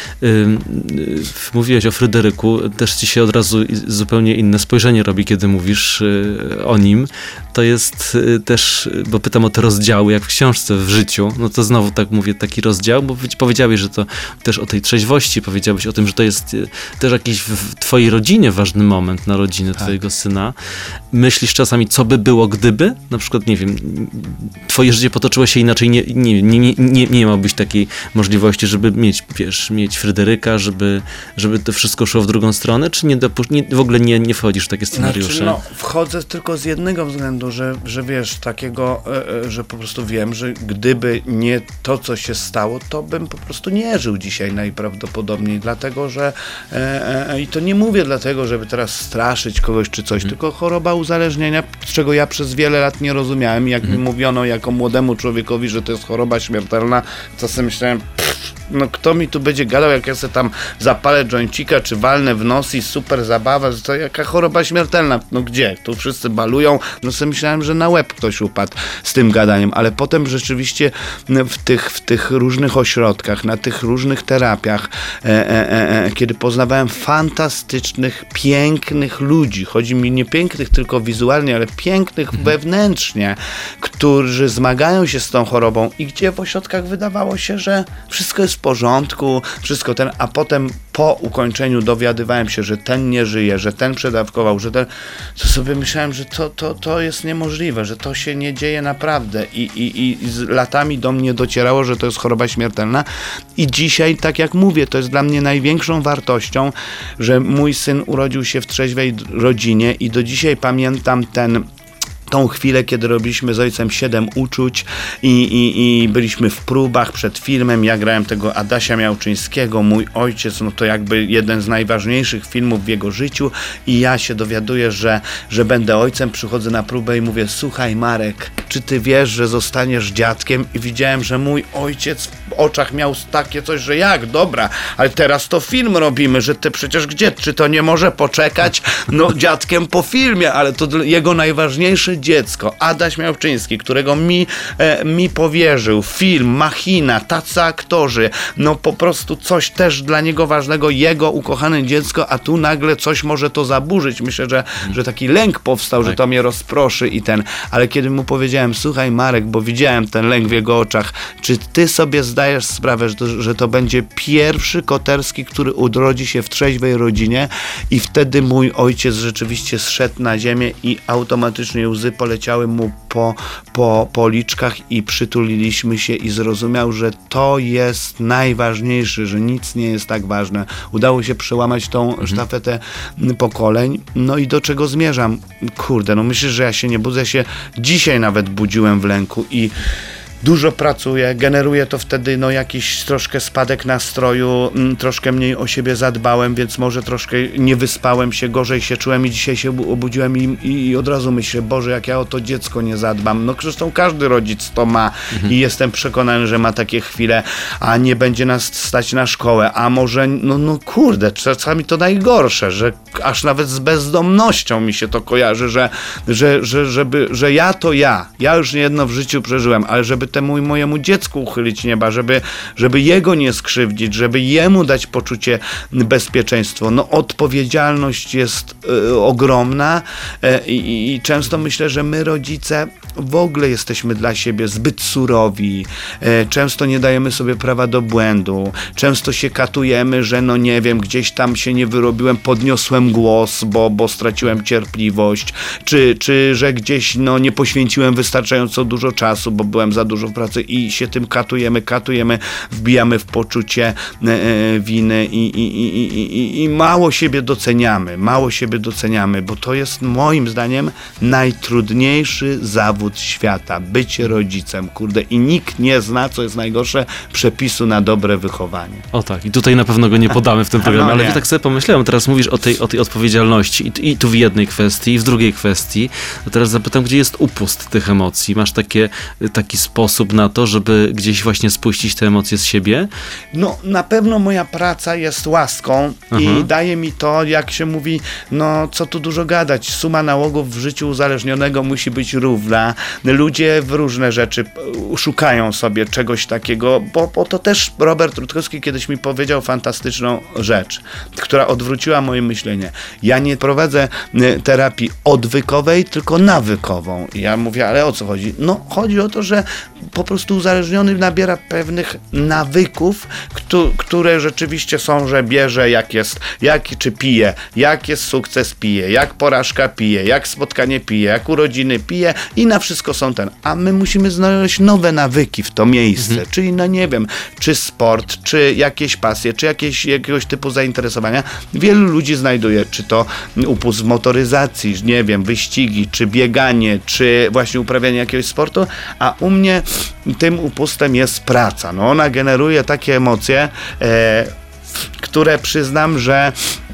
Mówiłeś o Fryderyku, też ci się od razu zupełnie inne spojrzenie robi, kiedy mówisz o nim. To jest też, bo pytam o te rozdziały, jak w książce, w życiu. To znowu tak mówię, taki rozdział, bo powiedziałeś, że to też o tej trzeźwości, powiedziałeś o tym, że to jest też jakiś w twojej rodzinie ważny moment, narodziny twojego syna. Myślisz czasami, co by było, gdyby? Na przykład, nie wiem, twoje życie potoczyło się inaczej, nie miałbyś takiej możliwości, żeby mieć Fryderyka, żeby to wszystko szło w drugą stronę, czy w ogóle nie wchodzisz w takie scenariusze? Wchodzę tylko z jednego względu, że wiesz, takiego, że po prostu wiem, że gdyby nie to, co się stało, to bym po prostu nie żył dzisiaj najprawdopodobniej, dlatego, że i to nie mówię dlatego, żeby teraz straszyć kogoś czy coś, tylko choroba uzależnienia, czego ja przez wiele lat nie rozumiałem. Jak mi mówiono jako młodemu człowiekowi, że to jest choroba śmiertelna, to sobie myślałem, no kto mi tu będzie gadał, jak ja sobie tam zapalę joincika, czy walnę w nos i super zabawa, to jaka choroba śmiertelna, no gdzie? Tu wszyscy balują, no sobie myślałem, że na łeb ktoś upadł z tym gadaniem, ale potem rzeczywiście w tych różnych ośrodkach, na tych różnych terapiach, kiedy poznawałem fantastycznych, pięknych ludzi, chodzi mi nie pięknych tylko wizualnie, ale pięknych wewnętrznie, którzy zmagają się z tą chorobą i gdzie w ośrodkach wydawało się, że wszystko jest w porządku, a potem po ukończeniu dowiadywałem się, że ten nie żyje, że ten przedawkował, że ten, to sobie myślałem, że to jest niemożliwe, że to się nie dzieje naprawdę i z latami do mnie docierało, że to jest choroba śmiertelna i dzisiaj, tak jak mówię, to jest dla mnie największą wartością, że mój syn urodził się w trzeźwej rodzinie i do dzisiaj pamiętam tą chwilę, kiedy robiliśmy z ojcem 7 uczuć i byliśmy w próbach przed filmem, ja grałem tego Adasia Miałczyńskiego, mój ojciec, no to jakby jeden z najważniejszych filmów w jego życiu i ja się dowiaduję, że będę ojcem, przychodzę na próbę i mówię, słuchaj Marek, czy ty wiesz, że zostaniesz dziadkiem? I widziałem, że mój ojciec w oczach miał takie coś, że jak, dobra, ale teraz to film robimy, że ty przecież gdzie, czy to nie może poczekać? No dziadkiem po filmie, ale to jego najważniejsze dziecko, Adaś Miałczyński, którego mi powierzył, film, machina, tacy aktorzy, no po prostu coś też dla niego ważnego, jego ukochane dziecko, a tu nagle coś może to zaburzyć. Myślę, że taki lęk powstał, że to mnie rozproszy ale kiedy mu powiedziałem, słuchaj Marek, bo widziałem ten lęk w jego oczach, czy ty sobie zdajesz sprawę, że to będzie pierwszy Koterski, który urodzi się w trzeźwej rodzinie i wtedy mój ojciec rzeczywiście zszedł na ziemię i automatycznie łzy poleciały mu po policzkach i przytuliliśmy się i zrozumiał, że to jest najważniejsze, że nic nie jest tak ważne. Udało się przełamać tą sztafetę pokoleń. No i do czego zmierzam? Kurde, no myślę, że ja się nie budzę, się dzisiaj nawet budziłem w lęku i dużo pracuję, generuje to wtedy jakiś troszkę spadek nastroju, troszkę mniej o siebie zadbałem, więc może troszkę nie wyspałem się, gorzej się czułem i dzisiaj się obudziłem i od razu myślę, Boże, jak ja o to dziecko nie zadbam. No zresztą każdy rodzic to ma i jestem przekonany, że ma takie chwile, a nie będzie nas stać na szkołę, a może, no kurde, czasami to najgorsze, że aż nawet z bezdomnością mi się to kojarzy, że ja już niejedno w życiu przeżyłem, ale żeby temu mojemu dziecku uchylić nieba, żeby jego nie skrzywdzić, żeby jemu dać poczucie bezpieczeństwa. No odpowiedzialność jest ogromna i często myślę, że my rodzice w ogóle jesteśmy dla siebie zbyt surowi, często nie dajemy sobie prawa do błędu, często się katujemy, że no nie wiem, gdzieś tam się nie wyrobiłem, podniosłem głos, bo straciłem cierpliwość, czy że gdzieś nie poświęciłem wystarczająco dużo czasu, bo byłem za dużo w pracy i się tym katujemy, wbijamy w poczucie winy i mało siebie doceniamy, bo to jest moim zdaniem najtrudniejszy zawód świata, bycie rodzicem, kurde, i nikt nie zna, co jest najgorsze, przepisu na dobre wychowanie. O tak, i tutaj na pewno go nie podamy w tym programie, ale tak sobie pomyślałem, teraz mówisz o tej odpowiedzialności i tu w jednej kwestii, i w drugiej kwestii, to teraz zapytam, gdzie jest upust tych emocji? Masz taki sposób na to, żeby gdzieś właśnie spuścić te emocje z siebie? No, na pewno moja praca jest łaską i daje mi to, jak się mówi, no co tu dużo gadać, suma nałogów w życiu uzależnionego musi być równa. Ludzie w różne rzeczy szukają sobie czegoś takiego, bo to też Robert Rutkowski kiedyś mi powiedział fantastyczną rzecz, która odwróciła moje myślenie. Ja nie prowadzę terapii odwykowej, tylko nawykową. I ja mówię, ale o co chodzi? No, chodzi o to, że po prostu uzależniony nabiera pewnych nawyków, które rzeczywiście są, że bierze czy pije, jak jest sukces pije, jak porażka pije, jak spotkanie pije, jak urodziny pije i na wszystko są a my musimy znaleźć nowe nawyki w to miejsce, czyli no nie wiem, czy sport, czy jakieś pasje, czy jakiegoś typu zainteresowania. Wielu ludzi znajduje, czy to upust w motoryzacji, nie wiem, wyścigi, czy bieganie, czy właśnie uprawianie jakiegoś sportu, a u mnie tym upustem jest praca. No ona generuje takie emocje, które przyznam, że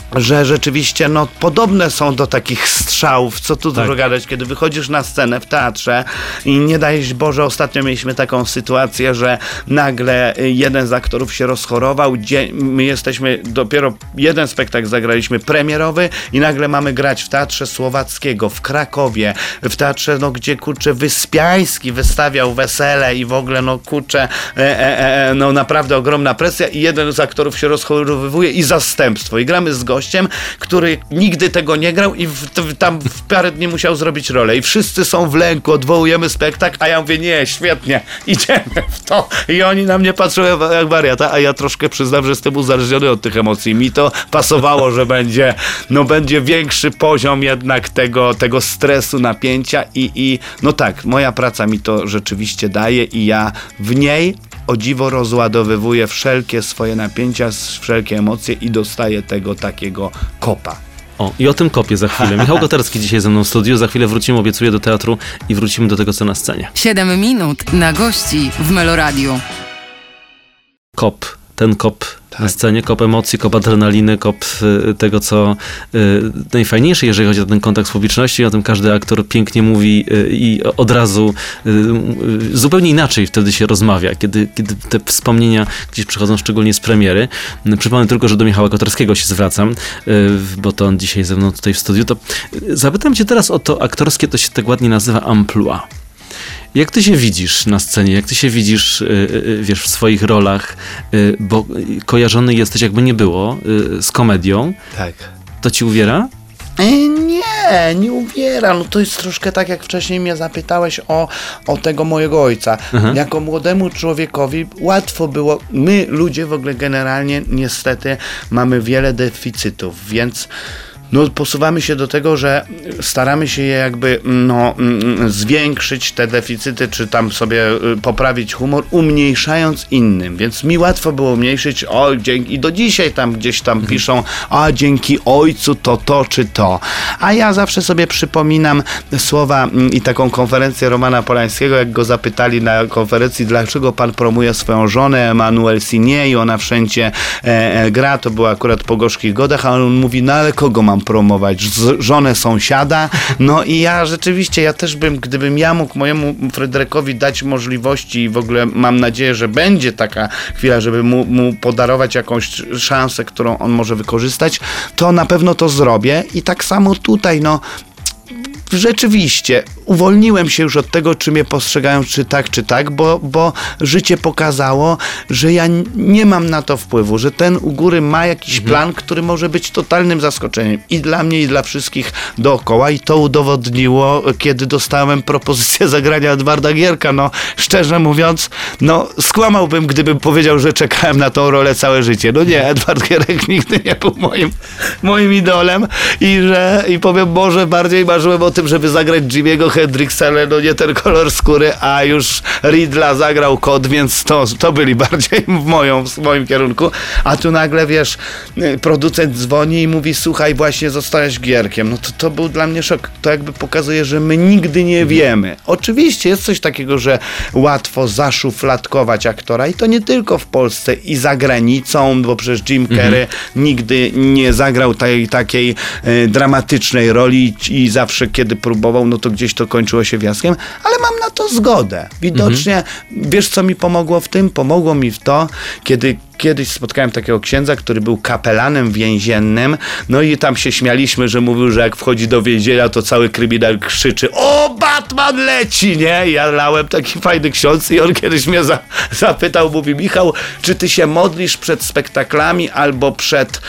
że rzeczywiście no, podobne są do takich strzałów, co tu dużo gadać, kiedy wychodzisz na scenę w teatrze i nie daj Boże, ostatnio mieliśmy taką sytuację, że nagle jeden z aktorów się rozchorował, my jesteśmy, dopiero jeden spektakl zagraliśmy premierowy i nagle mamy grać w Teatrze Słowackiego, w Krakowie, w teatrze, no gdzie kurczę Wyspiański wystawiał Wesele i w ogóle no kurczę, no naprawdę ogromna presja i jeden z aktorów się rozchorowywuje i zastępstwo i gramy z gościem, który nigdy tego nie grał i tam w parę dni musiał zrobić rolę i wszyscy są w lęku, odwołujemy spektakl, a ja mówię, nie, świetnie, idziemy w to i oni na mnie patrzą jak wariata, a ja troszkę przyznam, że jestem uzależniony od tych emocji, mi to pasowało, że będzie większy poziom jednak tego stresu, napięcia i no tak, moja praca mi to rzeczywiście daje i ja w niej o dziwo rozładowywuję wszelkie swoje napięcia, wszelkie emocje i dostaję tego takiego kopa. O, i o tym kopie za chwilę. Michał Koterski dzisiaj ze mną w studiu. Za chwilę wrócimy, obiecuję, do teatru i wrócimy do tego, co na scenie. 7 minut na gości w Meloradiu. Kop. Ten kop na scenie, kop emocji, kop adrenaliny, kop tego, co najfajniejsze, jeżeli chodzi o ten kontakt z publicznością. O tym każdy aktor pięknie mówi i od razu zupełnie inaczej wtedy się rozmawia, kiedy te wspomnienia gdzieś przychodzą, szczególnie z premiery. Przypomnę tylko, że do Michała Koterskiego się zwracam, bo to on dzisiaj ze mną tutaj w studiu. To zapytam cię teraz o to aktorskie, to się tak ładnie nazywa amplua. Jak ty się widzisz na scenie? Jak ty się widzisz, wiesz, w swoich rolach? Bo kojarzony jesteś, jakby nie było, z komedią. Tak. To ci uwiera? Nie uwiera. No to jest troszkę tak, jak wcześniej mnie zapytałeś o tego mojego ojca. Aha. Jako młodemu człowiekowi łatwo było, my ludzie w ogóle generalnie niestety mamy wiele deficytów, więc no posuwamy się do tego, że staramy się je jakby zwiększyć te deficyty, czy tam sobie poprawić humor, umniejszając innym, więc mi łatwo było umniejszyć, i do dzisiaj tam gdzieś tam piszą, dzięki ojcu to czy to, a ja zawsze sobie przypominam słowa i taką konferencję Romana Polańskiego, jak go zapytali na konferencji, dlaczego pan promuje swoją żonę Emanuelle Signé i ona wszędzie gra, to było akurat po Gorzkich Godach, a on mówi, no ale kogo mam promować? Żonę sąsiada? No i ja rzeczywiście, ja też gdybym ja mógł mojemu Fryderykowi dać możliwości i w ogóle mam nadzieję, że będzie taka chwila, żeby mu podarować jakąś szansę, którą on może wykorzystać, to na pewno to zrobię i tak samo tutaj, rzeczywiście uwolniłem się już od tego, czy mnie postrzegają, czy tak, bo życie pokazało, że ja nie mam na to wpływu, że ten u góry ma jakiś plan, który może być totalnym zaskoczeniem i dla mnie, i dla wszystkich dookoła i to udowodniło, kiedy dostałem propozycję zagrania Edwarda Gierka. Szczerze mówiąc, skłamałbym, gdybym powiedział, że czekałem na tą rolę całe życie. Nie, Edward Gierek nigdy nie był moim idolem i powiem, może bardziej marzyłem o tym, żeby zagrać Jimiego Hendrixa, ale nie ten kolor skóry, a już Riddla zagrał Kot, więc to byli bardziej w moim kierunku. A tu nagle, wiesz, producent dzwoni i mówi, słuchaj, właśnie zostałeś Gierkiem. To był dla mnie szok. To jakby pokazuje, że my nigdy nie wiemy. Oczywiście jest coś takiego, że łatwo zaszufladkować aktora i to nie tylko w Polsce i za granicą, bo przecież Jim Carrey nigdy nie zagrał takiej dramatycznej roli i zawsze, kiedy próbował, to gdzieś to kończyło się fiaskiem, ale mam na to zgodę. Widocznie, wiesz, co mi pomogło w tym? Pomogło mi w to, kiedy kiedyś spotkałem takiego księdza, który był kapelanem więziennym, i tam się śmialiśmy, że mówił, że jak wchodzi do więzienia, to cały kryminał krzyczy, o, Batman leci, nie? I ja lałem, taki fajny ksiądz i on kiedyś mnie zapytał, mówi, Michał, czy ty się modlisz przed spektaklami albo przed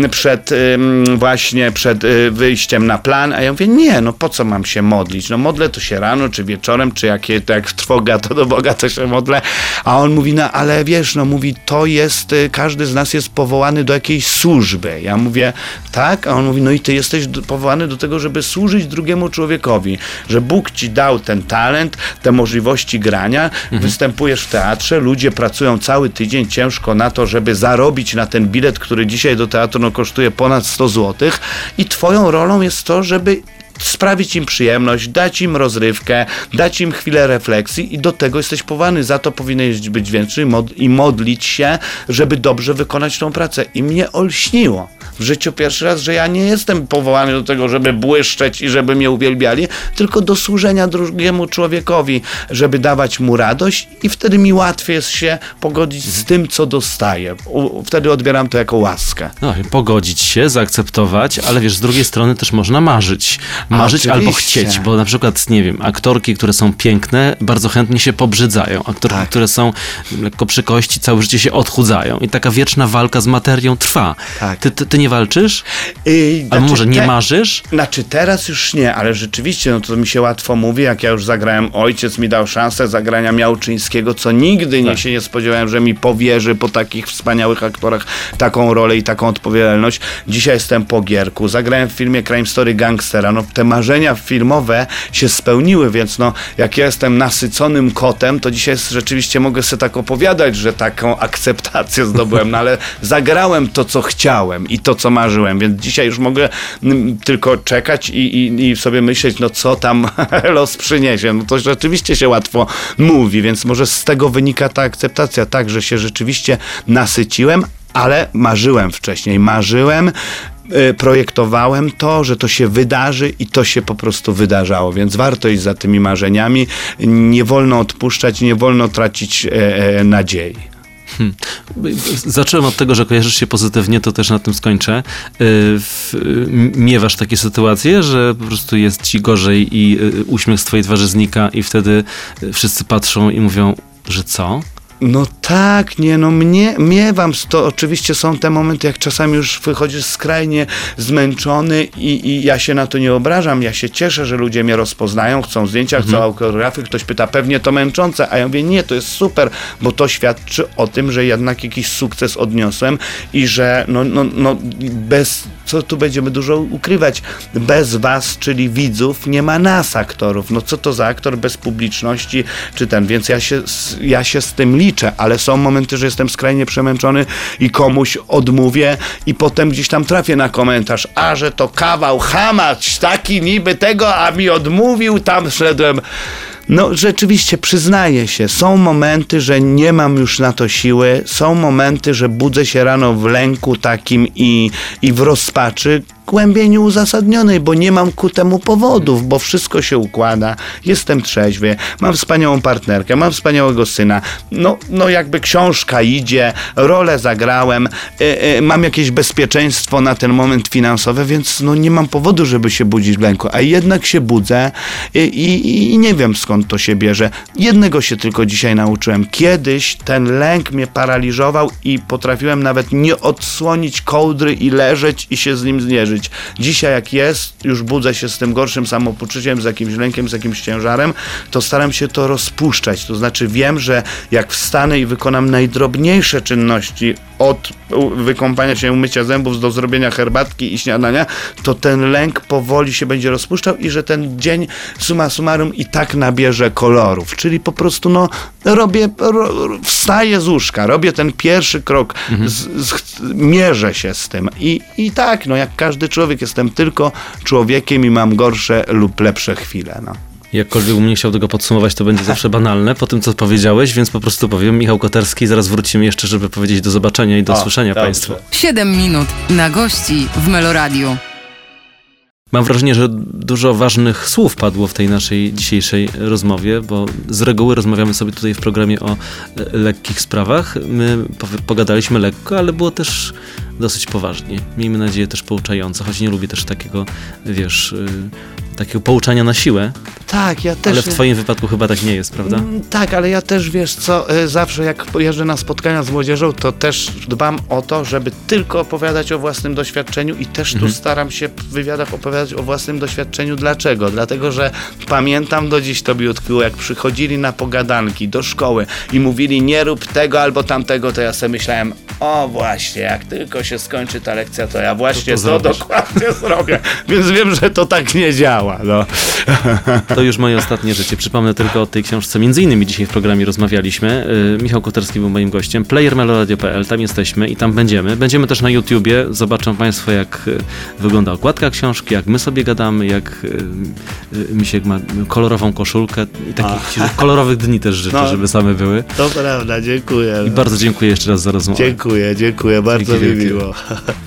wyjściem na plan? A ja mówię, nie, po co mam się modlić? Modlę to się rano, czy wieczorem, czy jak trwoga, to do Boga to się modlę. A on mówi, ale wiesz, mówi, to jest, każdy z nas jest powołany do jakiejś służby. Ja mówię, tak? A on mówi, i ty jesteś powołany do tego, żeby służyć drugiemu człowiekowi, że Bóg ci dał ten talent, te możliwości grania, występujesz w teatrze, ludzie pracują cały tydzień ciężko na to, żeby zarobić na ten bilet, który dzisiaj do teatru kosztuje ponad 100 zł i twoją rolą jest to, żeby sprawić im przyjemność, dać im rozrywkę, dać im chwilę refleksji i do tego jesteś powołany. Za to powinieneś być wdzięczny i modlić się, żeby dobrze wykonać tą pracę. I mnie olśniło w życiu pierwszy raz, że ja nie jestem powołany do tego, żeby błyszczeć i żeby mnie uwielbiali, tylko do służenia drugiemu człowiekowi, żeby dawać mu radość i wtedy mi łatwiej jest się pogodzić z tym, co dostaję. Wtedy odbieram to jako łaskę. No i pogodzić się, zaakceptować, ale wiesz, z drugiej strony też można marzyć. Marzyć albo chcieć, bo na przykład, nie wiem, aktorki, które są piękne, bardzo chętnie się pobrzydzają. Aktorki, które są lekko przy kości, całe życie się odchudzają. I taka wieczna walka z materią trwa. Tak. Ty nie walczysz? Albo może nie marzysz? Znaczy teraz już nie, ale rzeczywiście, no to mi się łatwo mówi, jak ja już zagrałem, ojciec mi dał szansę zagrania Miałczyńskiego, co nigdy się nie spodziewałem, że mi powierzy po takich wspaniałych aktorach taką rolę i taką odpowiedzialność. Dzisiaj jestem po Gierku, zagrałem w filmie Crime Story Gangstera, no te marzenia filmowe się spełniły, więc no jak ja jestem nasyconym kotem, to dzisiaj rzeczywiście mogę sobie tak opowiadać, że taką akceptację zdobyłem, no ale zagrałem to, co chciałem i to, co marzyłem, więc dzisiaj już mogę tylko czekać i sobie myśleć, no co tam los przyniesie. No to rzeczywiście się łatwo mówi, więc może z tego wynika ta akceptacja, tak, że się rzeczywiście nasyciłem, ale marzyłem wcześniej. Projektowałem to, że to się wydarzy i to się po prostu wydarzało, więc warto iść za tymi marzeniami. Nie wolno odpuszczać, nie wolno tracić nadziei. Zacząłem od tego, że kojarzysz się pozytywnie, to też na tym skończę. Miewasz takie sytuacje, że po prostu jest ci gorzej i uśmiech z twojej twarzy znika i wtedy wszyscy patrzą i mówią, że co? No tak, miewam to. Oczywiście są te momenty, jak czasami już wychodzisz skrajnie zmęczony i ja się na to nie obrażam. Ja się cieszę, że ludzie mnie rozpoznają, chcą zdjęcia, chcą autografy. Ktoś pyta, pewnie to męczące, a ja mówię, nie, to jest super, bo to świadczy o tym, że jednak jakiś sukces odniosłem i że bez, co tu będziemy dużo ukrywać, bez was, czyli widzów, nie ma nas, aktorów. No co to za aktor bez publiczności, czy ten, więc ja się z tym liczę, ale są momenty, że jestem skrajnie przemęczony i komuś odmówię i potem gdzieś tam trafię na komentarz, a że to kawał chamacz, taki niby tego, a mi odmówił, tam szedłem. No rzeczywiście przyznaję się, są momenty, że nie mam już na to siły, są momenty, że budzę się rano w lęku takim i w rozpaczy, głębiej nieuzasadnionej, bo nie mam ku temu powodów, bo wszystko się układa, jestem trzeźwy, mam wspaniałą partnerkę, mam wspaniałego syna, no jakby książka idzie, rolę zagrałem, mam jakieś bezpieczeństwo na ten moment finansowe, więc nie mam powodu, żeby się budzić w lęku, a jednak się budzę i nie wiem, skąd to się bierze. Jednego się tylko dzisiaj nauczyłem. Kiedyś ten lęk mnie paraliżował i potrafiłem nawet nie odsłonić kołdry i leżeć i się z nim zmierzyć. Dzisiaj jak jest, już budzę się z tym gorszym samopoczuciem, z jakimś lękiem, z jakimś ciężarem, to staram się to rozpuszczać. To znaczy wiem, że jak wstanę i wykonam najdrobniejsze czynności od wykąpania się, umycia zębów do zrobienia herbatki i śniadania, to ten lęk powoli się będzie rozpuszczał i że ten dzień summa summarum i tak nabierze kolorów. Czyli po prostu wstaję z łóżka, robię ten pierwszy krok, mierzę się z tym i tak, jak każdy człowiek, jestem tylko człowiekiem i mam gorsze lub lepsze chwile. Jakkolwiek bym nie chciał tego podsumować, to będzie zawsze banalne po tym, co powiedziałeś, więc po prostu powiem. Michał Koterski, zaraz wrócimy jeszcze, żeby powiedzieć do zobaczenia i do usłyszenia Państwu. 7 minut na gości w Meloradiu. Mam wrażenie, że dużo ważnych słów padło w tej naszej dzisiejszej rozmowie, bo z reguły rozmawiamy sobie tutaj w programie o lekkich sprawach. My pogadaliśmy lekko, ale było też dosyć poważnie. Miejmy nadzieję też pouczająco, choć nie lubię też takiego, takiego pouczania na siłę. Tak, ja też. Ale w twoim wypadku chyba tak nie jest, prawda? Tak, ale ja też, zawsze jak jeżdżę na spotkania z młodzieżą, to też dbam o to, żeby tylko opowiadać o własnym doświadczeniu i też tu staram się w wywiadach opowiadać o własnym doświadczeniu. Dlaczego? Dlatego, że pamiętam do dziś to mi utkwiło, jak przychodzili na pogadanki do szkoły i mówili, nie rób tego albo tamtego, to ja sobie myślałem, o właśnie, jak tylko się skończy ta lekcja, to ja właśnie to zrobisz. dokładnie zrobię. Więc wiem, że to tak nie działa. No. To już moje ostatnie życie. Przypomnę tylko o tej książce. Między innymi dzisiaj w programie rozmawialiśmy. Michał Koterski był moim gościem. Playermeloradio.pl, tam jesteśmy i tam będziemy. Będziemy też na YouTubie. Zobaczą Państwo, jak wygląda okładka książki, jak my sobie gadamy, jak Misiek ma kolorową koszulkę i takich kolorowych dni też życzę, żeby same były. To prawda, dziękuję. I bardzo dziękuję jeszcze raz za rozmowę. Dziękuję, bardzo Dzięki mi wielkie. miło.